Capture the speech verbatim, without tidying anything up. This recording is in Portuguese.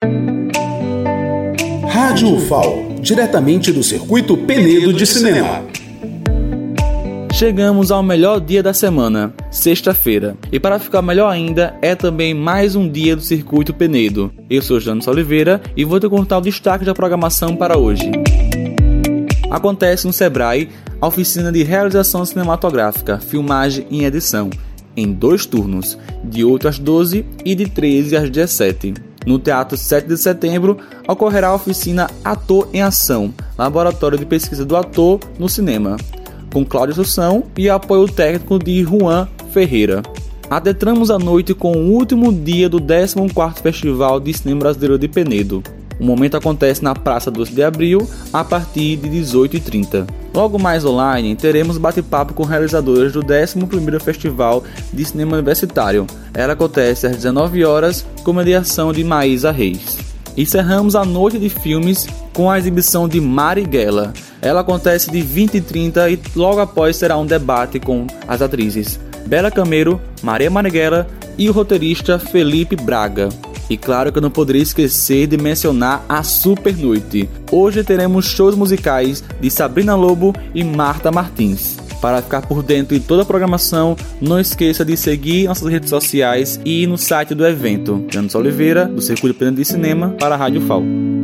Rádio U F A O, diretamente do Circuito Penedo de Cinema. Chegamos ao melhor dia da semana, sexta-feira. E para ficar melhor ainda, é também mais um dia do Circuito Penedo. Eu sou Janos Oliveira e vou te contar o destaque da programação para hoje. Acontece no Sebrae a oficina de realização cinematográfica, filmagem e edição, em dois turnos, de oito às doze e de treze às dezessete. No Teatro sete de Setembro ocorrerá a oficina Ator em Ação, Laboratório de Pesquisa do Ator no Cinema, com Cláudio Assunção e apoio técnico de Juan Ferreira. Adentramos a noite com o último dia do décimo quarto Festival de Cinema Brasileiro de Penedo. O momento acontece na Praça doze de Abril, a partir de dezoito e trinta. Logo mais online, teremos bate-papo com realizadores do décimo primeiro Festival de Cinema Universitário. Ela acontece às dezenove horas, com mediação de Maísa Reis. Encerramos a noite de filmes com a exibição de Marighella. Ela acontece de vinte e trinta e logo após será um debate com as atrizes Bela Camero, Maria Marighella e o roteirista Felipe Braga. E claro que eu não poderia esquecer de mencionar a Super Noite. Hoje teremos shows musicais de Sabrina Lobo e Marta Martins. Para ficar por dentro de toda a programação, não esqueça de seguir nossas redes sociais e ir no site do evento. Janos Oliveira, do Circuito Penedo de Cinema, para a Rádio U F A O.